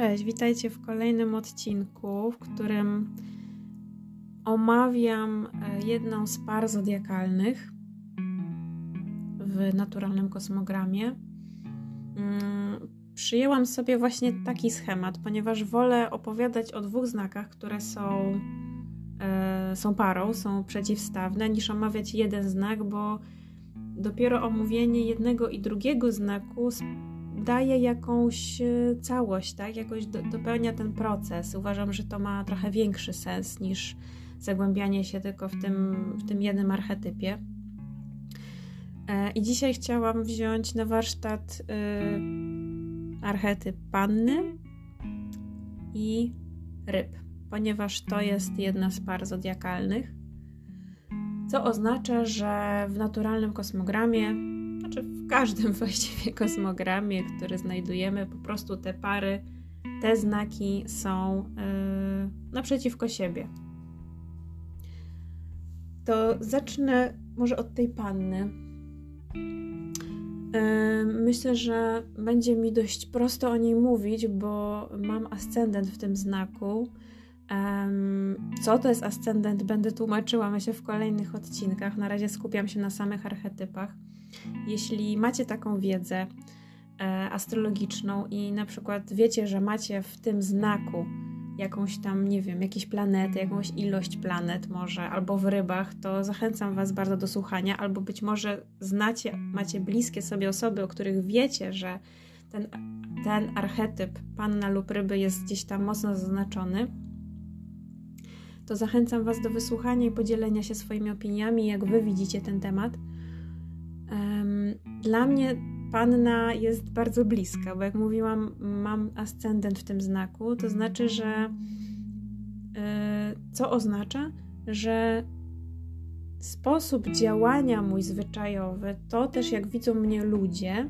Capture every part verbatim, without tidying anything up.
Cześć, witajcie w kolejnym odcinku, w którym omawiam jedną z par zodiakalnych w naturalnym kosmogramie. Przyjęłam sobie właśnie taki schemat, ponieważ wolę opowiadać o dwóch znakach, które są, e, są parą, są przeciwstawne, niż omawiać jeden znak, bo dopiero omówienie jednego i drugiego znaku daje jakąś całość, tak? Jakoś do, dopełnia ten proces. Uważam, że to ma trochę większy sens niż zagłębianie się tylko w tym, w tym jednym archetypie. E, I dzisiaj chciałam wziąć na warsztat y, archetyp panny i ryb, ponieważ to jest jedna z par zodiakalnych, co oznacza, że w naturalnym kosmogramie, znaczy w każdym właściwie kosmogramie, który znajdujemy, po prostu te pary, te znaki są yy, naprzeciwko siebie. To zacznę może od tej panny. Yy, myślę, że będzie mi dość prosto o niej mówić, bo mam ascendent w tym znaku. Co to jest ascendent, będę tłumaczyła, myślę, w kolejnych odcinkach. Na razie skupiam się na samych archetypach. Jeśli macie taką wiedzę e, astrologiczną i na przykład wiecie, że macie w tym znaku jakąś tam, nie wiem, jakieś planety, jakąś ilość planet może, albo w rybach, to zachęcam Was bardzo do słuchania, albo być może znacie, macie bliskie sobie osoby, o których wiecie, że ten, ten archetyp panna lub ryby jest gdzieś tam mocno zaznaczony. To zachęcam Was do wysłuchania i podzielenia się swoimi opiniami, jak Wy widzicie ten temat. Dla mnie panna jest bardzo bliska, bo jak mówiłam, mam ascendent w tym znaku, to znaczy, że co oznacza, że sposób działania mój zwyczajowy, to też jak widzą mnie ludzie,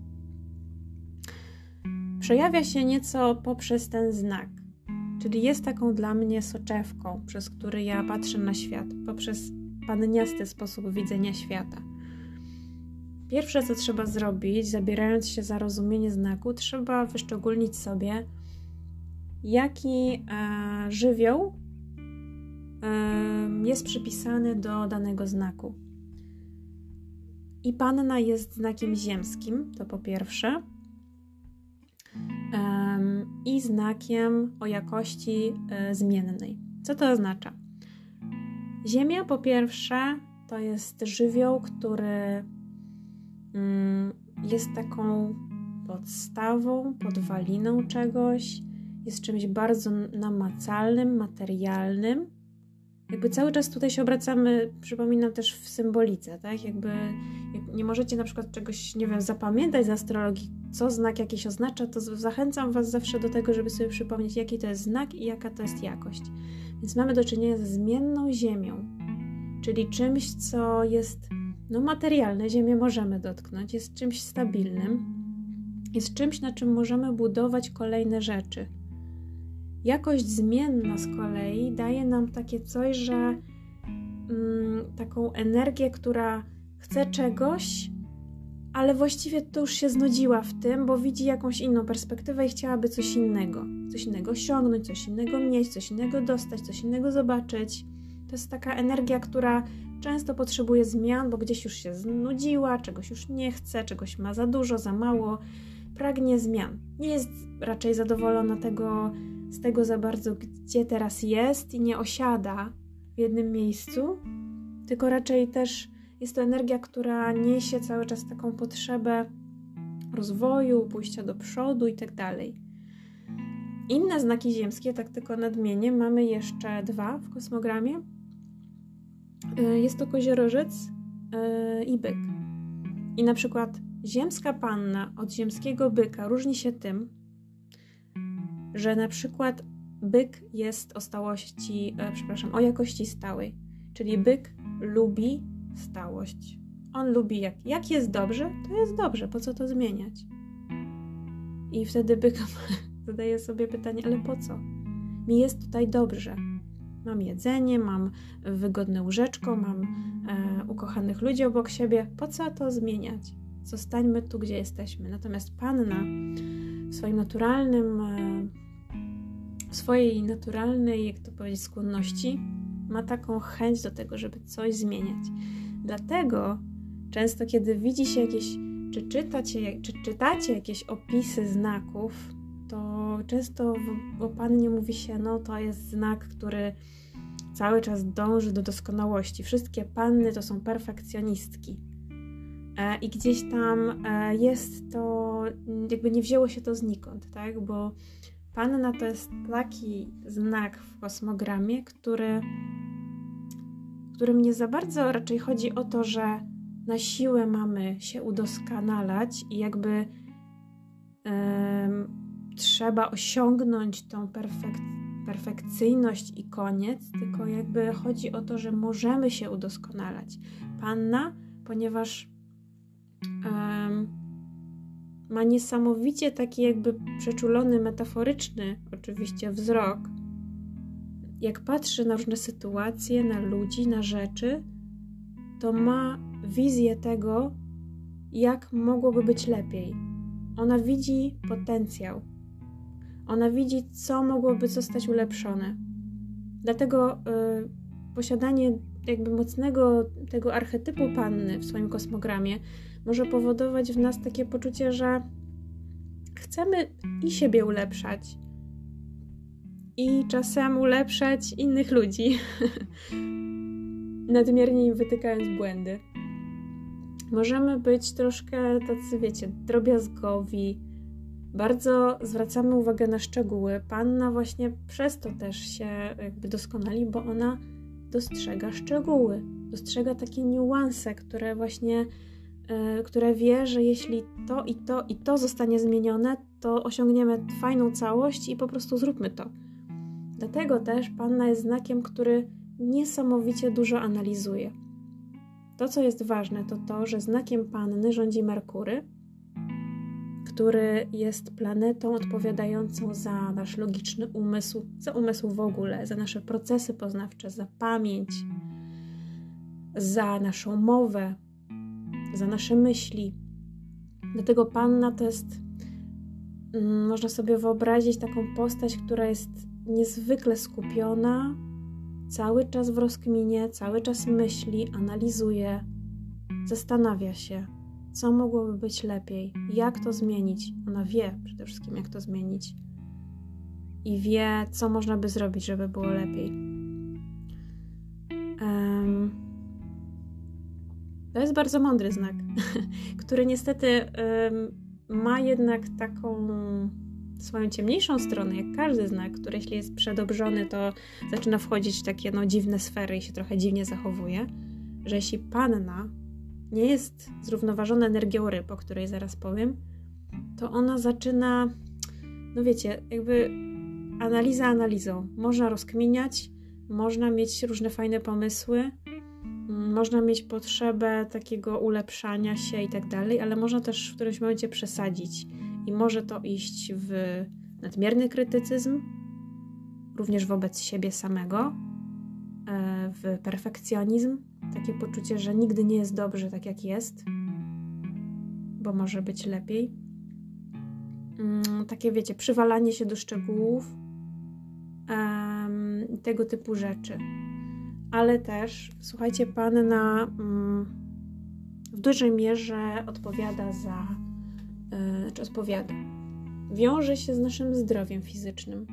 przejawia się nieco poprzez ten znak. Czyli jest taką dla mnie soczewką, przez który ja patrzę na świat, poprzez panniasty sposób widzenia świata. Pierwsze, co trzeba zrobić, zabierając się za rozumienie znaku, trzeba wyszczególnić sobie, jaki e, żywioł e, jest przypisany do danego znaku. I panna jest znakiem ziemskim, to po pierwsze. I znakiem o jakości y, zmiennej. Co to oznacza? Ziemia po pierwsze to jest żywioł, który y, jest taką podstawą, podwaliną czegoś, jest czymś bardzo namacalnym, materialnym. Jakby cały czas tutaj się obracamy, przypominam też w symbolice, tak? Jakby jak nie możecie na przykład czegoś, nie wiem, zapamiętać z astrologii, co znak jakiś oznacza, to zachęcam Was zawsze do tego, żeby sobie przypomnieć, jaki to jest znak i jaka to jest jakość. Więc mamy do czynienia ze zmienną ziemią, czyli czymś, co jest no, materialne, ziemię możemy dotknąć, jest czymś stabilnym, jest czymś, na czym możemy budować kolejne rzeczy. Jakość zmienna z kolei daje nam takie coś, że mm, taką energię, która chce czegoś, ale właściwie to już się znudziła w tym, bo widzi jakąś inną perspektywę i chciałaby coś innego. Coś innego osiągnąć, coś innego mieć, coś innego dostać, coś innego zobaczyć. To jest taka energia, która często potrzebuje zmian, bo gdzieś już się znudziła, czegoś już nie chce, czegoś ma za dużo, za mało. Pragnie zmian. Nie jest raczej zadowolona tego, z tego za bardzo, gdzie teraz jest i nie osiada w jednym miejscu, tylko raczej też jest to energia, która niesie cały czas taką potrzebę rozwoju, pójścia do przodu i tak dalej. Inne znaki ziemskie, tak tylko nadmienię, mamy jeszcze dwa w kosmogramie. Jest to koziorożec i byk. I na przykład ziemska panna od ziemskiego byka różni się tym, że na przykład byk jest o stałości, przepraszam, o jakości stałej. Czyli byk lubi stałość. On lubi, jak, jak jest dobrze, to jest dobrze, po co to zmieniać? I wtedy byk zadaje sobie pytanie, ale po co? Mi jest tutaj dobrze. Mam jedzenie, mam wygodne łóżeczko, mam e, ukochanych ludzi obok siebie. Po co to zmieniać? Zostańmy tu, gdzie jesteśmy. Natomiast panna w swoim naturalnym, w swojej naturalnej, jak to powiedzieć, skłonności ma taką chęć do tego, żeby coś zmieniać. Dlatego często, kiedy widzi się jakieś, czy czytacie, czy czytacie jakieś opisy znaków, to często w, o pannie mówi się, no to jest znak, który cały czas dąży do doskonałości. Wszystkie panny to są perfekcjonistki. E, I gdzieś tam e, jest to, jakby nie wzięło się to znikąd, tak? Bo panna to jest taki znak w kosmogramie, który, którym nie za bardzo raczej chodzi o to, że na siłę mamy się udoskonalać i jakby e, trzeba osiągnąć tą perfekcję, perfekcyjność i koniec, tylko jakby chodzi o to, że możemy się udoskonalać. Panna, ponieważ um, ma niesamowicie taki jakby przeczulony, metaforyczny oczywiście wzrok, jak patrzy na różne sytuacje, na ludzi, na rzeczy, to ma wizję tego, jak mogłoby być lepiej. Ona widzi potencjał. Ona widzi, co mogłoby zostać ulepszone. Dlatego y, posiadanie jakby mocnego tego archetypu panny w swoim kosmogramie może powodować w nas takie poczucie, że chcemy i siebie ulepszać, i czasem ulepszać innych ludzi, nadmiernie im wytykając błędy. Możemy być troszkę tacy, wiecie, drobiazgowi, bardzo zwracamy uwagę na szczegóły. Panna właśnie przez to też się jakby doskonali, bo ona dostrzega szczegóły, dostrzega takie niuanse, które właśnie, yy, które wie, że jeśli to i to i to zostanie zmienione, to osiągniemy fajną całość i po prostu zróbmy to. Dlatego też panna jest znakiem, który niesamowicie dużo analizuje. To, co jest ważne, to to, że znakiem panny rządzi Merkury, który jest planetą odpowiadającą za nasz logiczny umysł, za umysł w ogóle, za nasze procesy poznawcze, za pamięć, za naszą mowę, za nasze myśli. Dlatego panna to jest, mm, można sobie wyobrazić taką postać, która jest niezwykle skupiona, cały czas w rozkminie, cały czas myśli, analizuje, zastanawia się, co mogłoby być lepiej, jak to zmienić. Ona wie przede wszystkim, jak to zmienić i wie, co można by zrobić, żeby było lepiej. Um, to jest bardzo mądry znak, który niestety um, ma jednak taką swoją ciemniejszą stronę, jak każdy znak, który jeśli jest przedobrzony, to zaczyna wchodzić w takie no, dziwne sfery i się trochę dziwnie zachowuje, że jeśli panna nie jest zrównoważona energią ryb, o której zaraz powiem, to ona zaczyna, no wiecie, jakby analiza analizą. Można rozkminiać, można mieć różne fajne pomysły, można mieć potrzebę takiego ulepszania się i tak dalej, ale można też w którymś momencie przesadzić i może to iść w nadmierny krytycyzm, również wobec siebie samego, w perfekcjonizm, takie poczucie, że nigdy nie jest dobrze tak jak jest, bo może być lepiej. Takie wiecie, przywalanie się do szczegółów, um, tego typu rzeczy. Ale też, słuchajcie, panna um, w dużej mierze odpowiada za, yy, czy odpowiada, wiąże się z naszym zdrowiem fizycznym.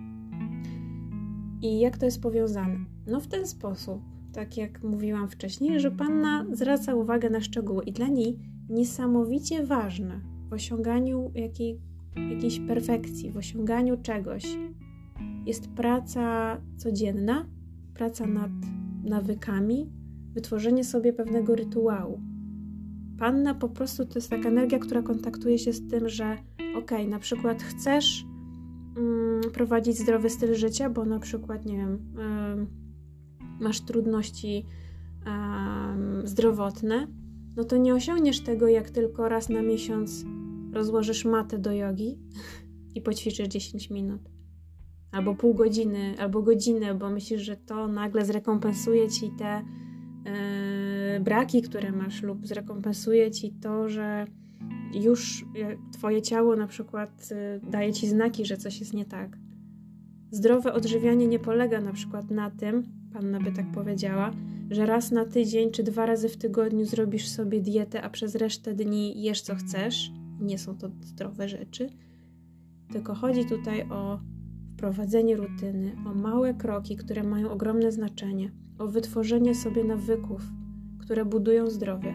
I jak to jest powiązane? No w ten sposób, tak jak mówiłam wcześniej, że panna zwraca uwagę na szczegóły i dla niej niesamowicie ważne w osiąganiu jakiej, jakiejś perfekcji, w osiąganiu czegoś jest praca codzienna, praca nad nawykami, wytworzenie sobie pewnego rytuału. Panna po prostu to jest taka energia, która kontaktuje się z tym, że okej, na przykład chcesz mm, prowadzić zdrowy styl życia, bo na przykład, nie wiem, y, masz trudności y, zdrowotne, no to nie osiągniesz tego, jak tylko raz na miesiąc rozłożysz matę do jogi i poćwiczysz dziesięć minut. Albo pół godziny, albo godzinę, bo myślisz, że to nagle zrekompensuje ci te yy, braki, które masz, lub zrekompensuje ci to, że już twoje ciało na przykład daje ci znaki, że coś jest nie tak. Zdrowe odżywianie nie polega na przykład na tym, panna by tak powiedziała, że raz na tydzień czy dwa razy w tygodniu zrobisz sobie dietę, a przez resztę dni jesz co chcesz. Nie są to zdrowe rzeczy. Tylko chodzi tutaj o wprowadzenie rutyny, o małe kroki, które mają ogromne znaczenie, o wytworzenie sobie nawyków, które budują zdrowie.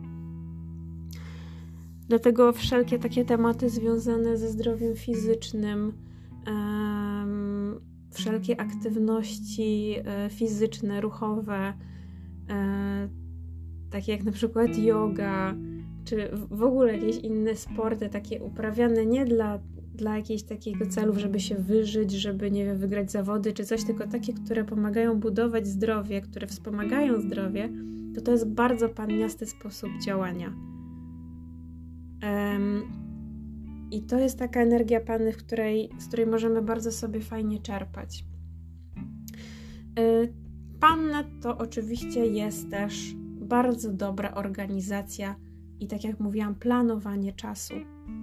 Dlatego wszelkie takie tematy związane ze zdrowiem fizycznym, um, wszelkie aktywności e, fizyczne, ruchowe, e, takie jak na przykład yoga, czy w ogóle jakieś inne sporty, takie uprawiane nie dla, dla jakiegoś takiego celów, żeby się wyżyć, żeby, nie wiem, wygrać zawody czy coś, tylko takie, które pomagają budować zdrowie, które wspomagają zdrowie, to to jest bardzo panniasty sposób działania. Um, I to jest taka energia panny, w której, z której możemy bardzo sobie fajnie czerpać. Y, Panna to oczywiście jest też bardzo dobra organizacja i tak jak mówiłam, planowanie czasu.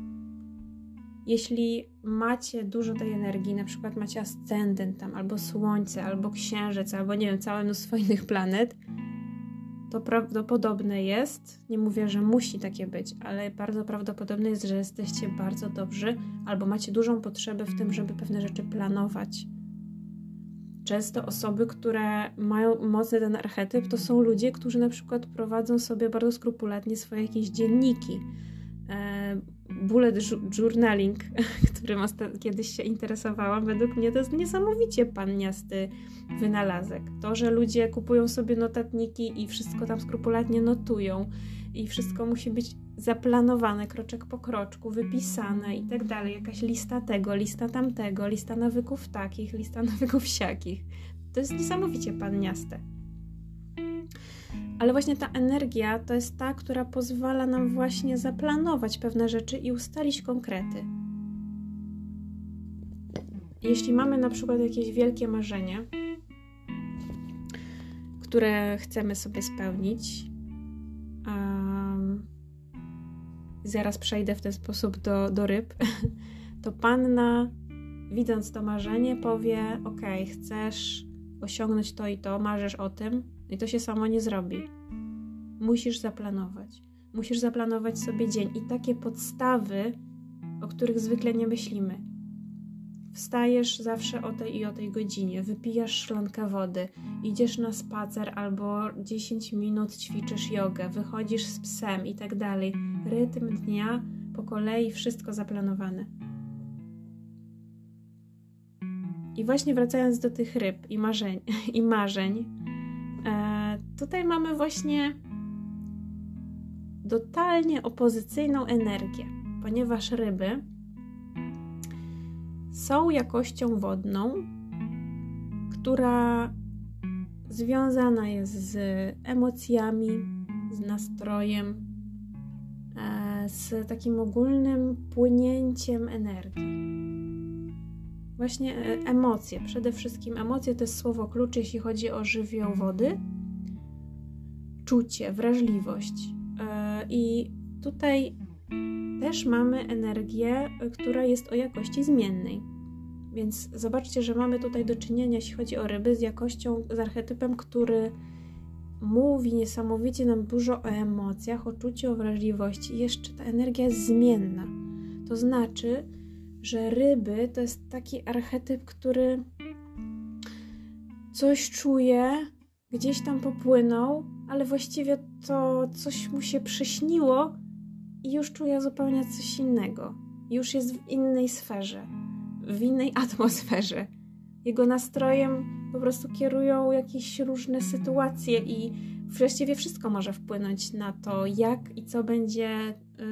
Jeśli macie dużo tej energii, na przykład macie ascendent tam, albo słońce, albo księżyc, albo nie wiem, całe mnóstwo innych planet, to prawdopodobne jest, nie mówię, że musi takie być, ale bardzo prawdopodobne jest, że jesteście bardzo dobrzy albo macie dużą potrzebę w tym, żeby pewne rzeczy planować. Często osoby, które mają mocny ten archetyp, to są ludzie, którzy na przykład prowadzą sobie bardzo skrupulatnie swoje jakieś dzienniki. Bullet journaling, którym kiedyś się interesowałam, według mnie to jest niesamowicie panniasty wynalazek. To, że ludzie kupują sobie notatniki i wszystko tam skrupulatnie notują i wszystko musi być zaplanowane kroczek po kroczku, wypisane i tak dalej. Jakaś lista tego, lista tamtego, lista nawyków takich, lista nawyków siakich. To jest niesamowicie panniaste. Ale właśnie ta energia to jest ta, która pozwala nam właśnie zaplanować pewne rzeczy i ustalić konkrety. Jeśli mamy na przykład jakieś wielkie marzenie, które chcemy sobie spełnić, um, zaraz przejdę w ten sposób do, do ryb, to panna, widząc to marzenie, powie: ok, chcesz osiągnąć to i to, marzysz o tym, i to się samo nie zrobi. Musisz zaplanować. Musisz zaplanować sobie dzień. I takie podstawy, o których zwykle nie myślimy. Wstajesz zawsze o tej i o tej godzinie, wypijasz szklankę wody, idziesz na spacer albo dziesięć minut ćwiczysz jogę, wychodzisz z psem i tak dalej. Rytm dnia, po kolei, wszystko zaplanowane. I właśnie wracając do tych ryb i marzeń, i marzeń e, tutaj mamy właśnie totalnie opozycyjną energię, ponieważ ryby są jakością wodną, która związana jest z emocjami, z nastrojem, e, z takim ogólnym płynięciem energii. Właśnie emocje, przede wszystkim emocje to jest słowo klucz, jeśli chodzi o żywioł wody. Czucie, wrażliwość. I tutaj też mamy energię, która jest o jakości zmiennej. Więc zobaczcie, że mamy tutaj do czynienia, jeśli chodzi o ryby, z jakością, z archetypem, który mówi niesamowicie nam dużo o emocjach, o czuciu, o wrażliwości. I jeszcze ta energia jest zmienna. To znaczy, że ryby to jest taki archetyp, który coś czuje, gdzieś tam popłynął, ale właściwie to coś mu się przyśniło i już czuje zupełnie coś innego. Już jest w innej sferze, w innej atmosferze. Jego nastrojem po prostu kierują jakieś różne sytuacje i właściwie wszystko może wpłynąć na to, jak i co będzie yy,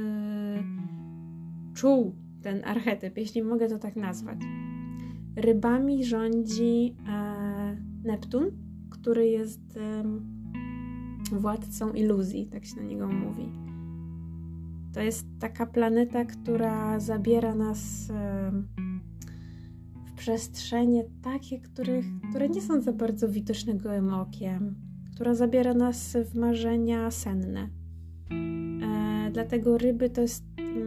czuł ten archetyp, jeśli mogę to tak nazwać. Rybami rządzi e, Neptun, który jest e, władcą iluzji, tak się na niego mówi. To jest taka planeta, która zabiera nas e, w przestrzenie takie, których, które nie są za bardzo widocznym okiem, która zabiera nas w marzenia senne. E, dlatego ryby to jest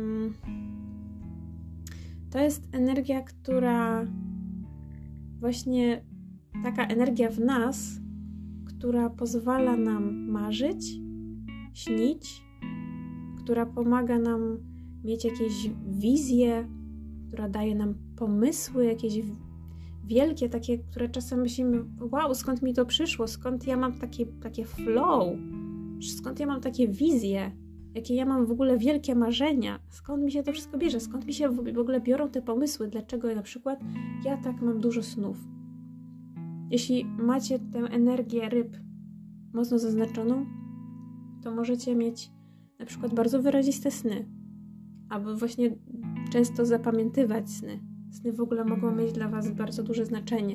to jest energia, która właśnie taka energia w nas, która pozwala nam marzyć, śnić, która pomaga nam mieć jakieś wizje, która daje nam pomysły, jakieś wielkie, takie, które czasem myślimy, wow, skąd mi to przyszło, skąd ja mam takie, takie flow, skąd ja mam takie wizje, jakie ja mam w ogóle wielkie marzenia, skąd mi się to wszystko bierze, skąd mi się w ogóle biorą te pomysły, dlaczego na przykład ja tak mam dużo snów. Jeśli macie tę energię ryb mocno zaznaczoną, to możecie mieć na przykład bardzo wyraziste sny, albo właśnie często zapamiętywać sny. Sny w ogóle mogą mieć dla Was bardzo duże znaczenie.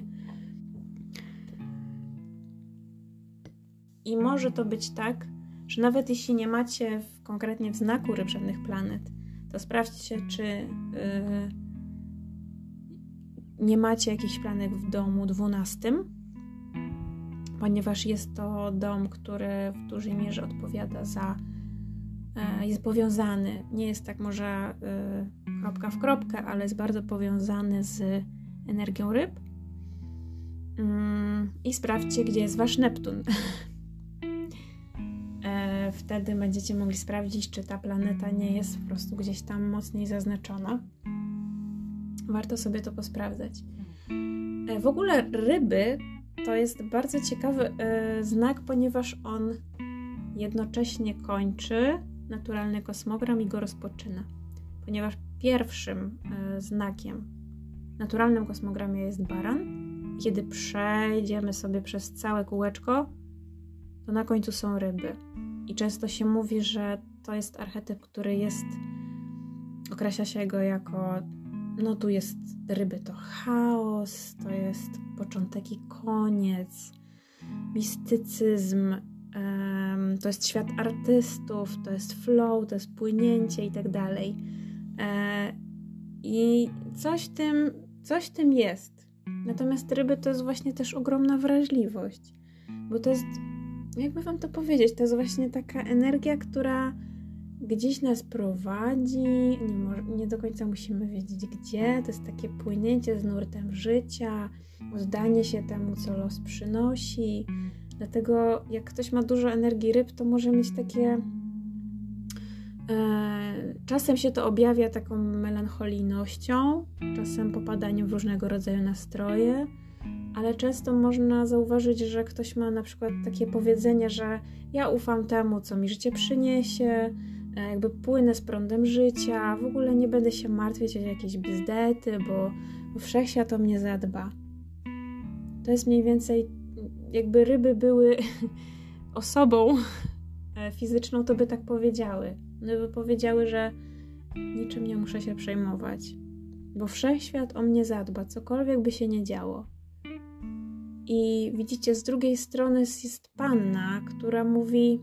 I może to być tak, że nawet jeśli nie macie w, konkretnie w znaku ryb żadnych planet, to sprawdźcie, czy yy, nie macie jakichś planet w domu dwunastym, ponieważ jest to dom, który w dużej mierze odpowiada za, yy, jest powiązany, nie jest tak może yy, kropka w kropkę, ale jest bardzo powiązany z energią ryb. Yy, I sprawdźcie, gdzie jest Wasz Neptun. Wtedy będziecie mogli sprawdzić, czy ta planeta nie jest po prostu gdzieś tam mocniej zaznaczona. Warto sobie to posprawdzać. W ogóle ryby to jest bardzo ciekawy znak, ponieważ on jednocześnie kończy naturalny kosmogram i go rozpoczyna. Ponieważ pierwszym znakiem w naturalnym kosmogramie jest baran. Kiedy przejdziemy sobie przez całe kółeczko, to na końcu są ryby. I często się mówi, że to jest archetyp, który jest, określa się go jako, no tu jest ryby, to chaos, to jest początek i koniec, mistycyzm, um, to jest świat artystów, to jest flow, to jest płynięcie i tak dalej. E, I coś w tym, coś w tym jest. Natomiast ryby to jest właśnie też ogromna wrażliwość, bo to jest, jakby wam to powiedzieć, to jest właśnie taka energia, która gdzieś nas prowadzi, nie, może, nie do końca musimy wiedzieć gdzie, to jest takie płynięcie z nurtem życia, oddanie się temu, co los przynosi. Dlatego jak ktoś ma dużo energii ryb, to może mieć takie... E, czasem się to objawia taką melancholijnością, czasem popadaniem w różnego rodzaju nastroje, ale często można zauważyć, że ktoś ma na przykład takie powiedzenie, że ja ufam temu, co mi życie przyniesie, jakby płynę z prądem życia, w ogóle nie będę się martwić o jakieś bzdety, bo wszechświat o mnie zadba. To jest mniej więcej, jakby ryby były osobą fizyczną, to by tak powiedziały. One by powiedziały, że niczym nie muszę się przejmować, bo wszechświat o mnie zadba, cokolwiek by się nie działo. I widzicie, z drugiej strony jest panna, która mówi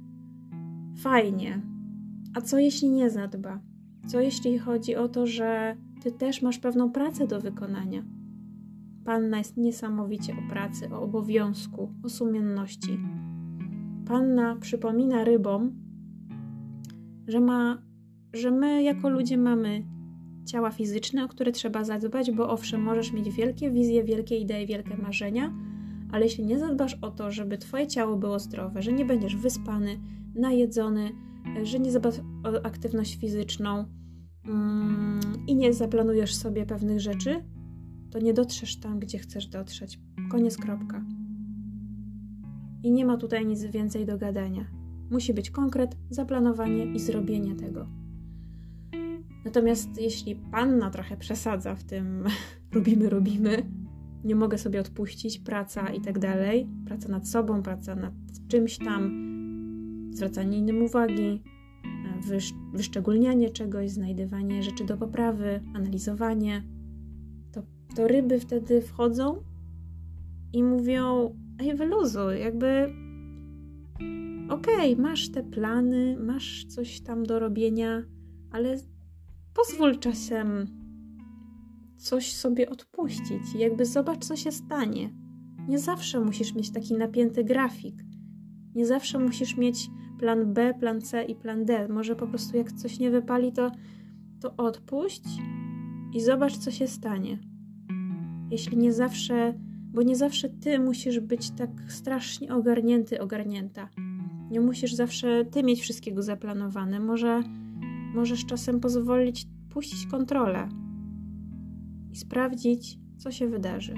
fajnie, a co jeśli nie zadba? Co jeśli chodzi o to, że ty też masz pewną pracę do wykonania? Panna jest niesamowicie o pracy, o obowiązku, o sumienności. Panna przypomina rybom, że, ma, że my jako ludzie mamy ciała fizyczne, o które trzeba zadbać, bo owszem, możesz mieć wielkie wizje, wielkie idee, wielkie marzenia, ale jeśli nie zadbasz o to, żeby twoje ciało było zdrowe, że nie będziesz wyspany, najedzony, że nie zadbasz o aktywność fizyczną mm, i nie zaplanujesz sobie pewnych rzeczy, to nie dotrzesz tam, gdzie chcesz dotrzeć. Koniec, kropka. I nie ma tutaj nic więcej do gadania. Musi być konkret, zaplanowanie i zrobienie tego. Natomiast jeśli panna trochę przesadza w tym robimy, robimy, nie mogę sobie odpuścić, praca i tak dalej, praca nad sobą, praca nad czymś tam, zwracanie innym uwagi, wysz- wyszczególnianie czegoś, znajdywanie rzeczy do poprawy, analizowanie, to, to ryby wtedy wchodzą i mówią, ej, wyluzuj, jakby okej, okay, masz te plany, masz coś tam do robienia, ale pozwól czasem coś sobie odpuścić. Jakby zobacz, co się stanie. Nie zawsze musisz mieć taki napięty grafik. Nie zawsze musisz mieć plan B, plan C i plan D. Może po prostu jak coś nie wypali, to, to odpuść i zobacz, co się stanie. Jeśli nie zawsze, bo nie zawsze ty musisz być tak strasznie ogarnięty, ogarnięta. Nie musisz zawsze ty mieć wszystkiego zaplanowane. Może możesz czasem pozwolić puścić kontrolę i sprawdzić, co się wydarzy.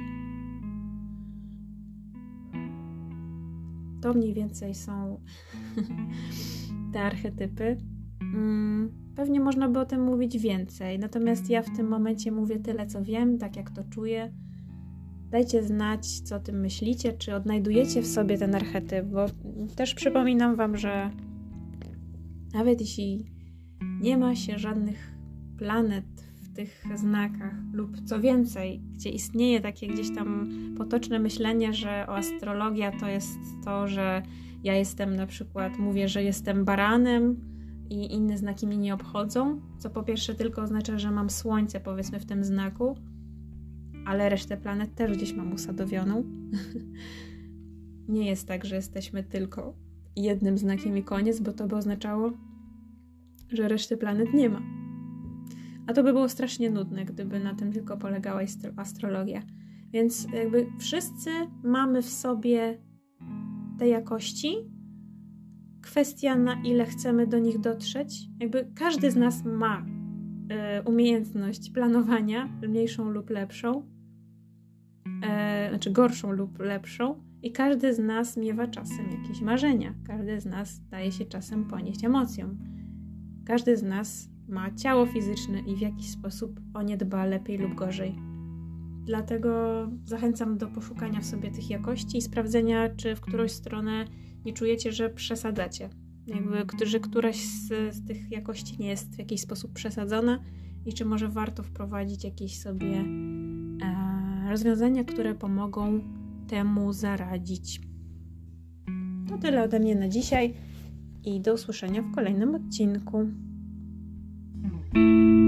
To mniej więcej są te archetypy. Pewnie można by o tym mówić więcej, natomiast ja w tym momencie mówię tyle, co wiem, tak jak to czuję. Dajcie znać, co o tym myślicie, czy odnajdujecie w sobie ten archetyp, bo też przypominam wam, że nawet jeśli nie ma się żadnych planet w tych znakach lub co więcej, gdzie istnieje takie gdzieś tam potoczne myślenie, że o astrologia to jest to, że ja jestem na przykład, mówię, że jestem baranem i inne znaki mnie nie obchodzą, co po pierwsze tylko oznacza, że mam słońce powiedzmy w tym znaku, ale resztę planet też gdzieś mam usadowioną. Nie jest tak, że jesteśmy tylko jednym znakiem i koniec, bo to by oznaczało, że reszty planet nie ma. A to by było strasznie nudne, gdyby na tym tylko polegała astrologia. Więc jakby wszyscy mamy w sobie te jakości. Kwestia, na ile chcemy do nich dotrzeć. Jakby każdy z nas ma y, umiejętność planowania, mniejszą lub lepszą, y, znaczy gorszą lub lepszą, i każdy z nas miewa czasem jakieś marzenia. Każdy z nas daje się czasem ponieść emocjom. Każdy z nas ma ciało fizyczne i w jakiś sposób o nie dba lepiej lub gorzej. Dlatego zachęcam do poszukania w sobie tych jakości i sprawdzenia, czy w którąś stronę nie czujecie, że przesadzacie. Jakby, że któraś z, z tych jakości nie jest w jakiś sposób przesadzona i czy może warto wprowadzić jakieś sobie e, rozwiązania, które pomogą temu zaradzić. To tyle ode mnie na dzisiaj i do usłyszenia w kolejnym odcinku.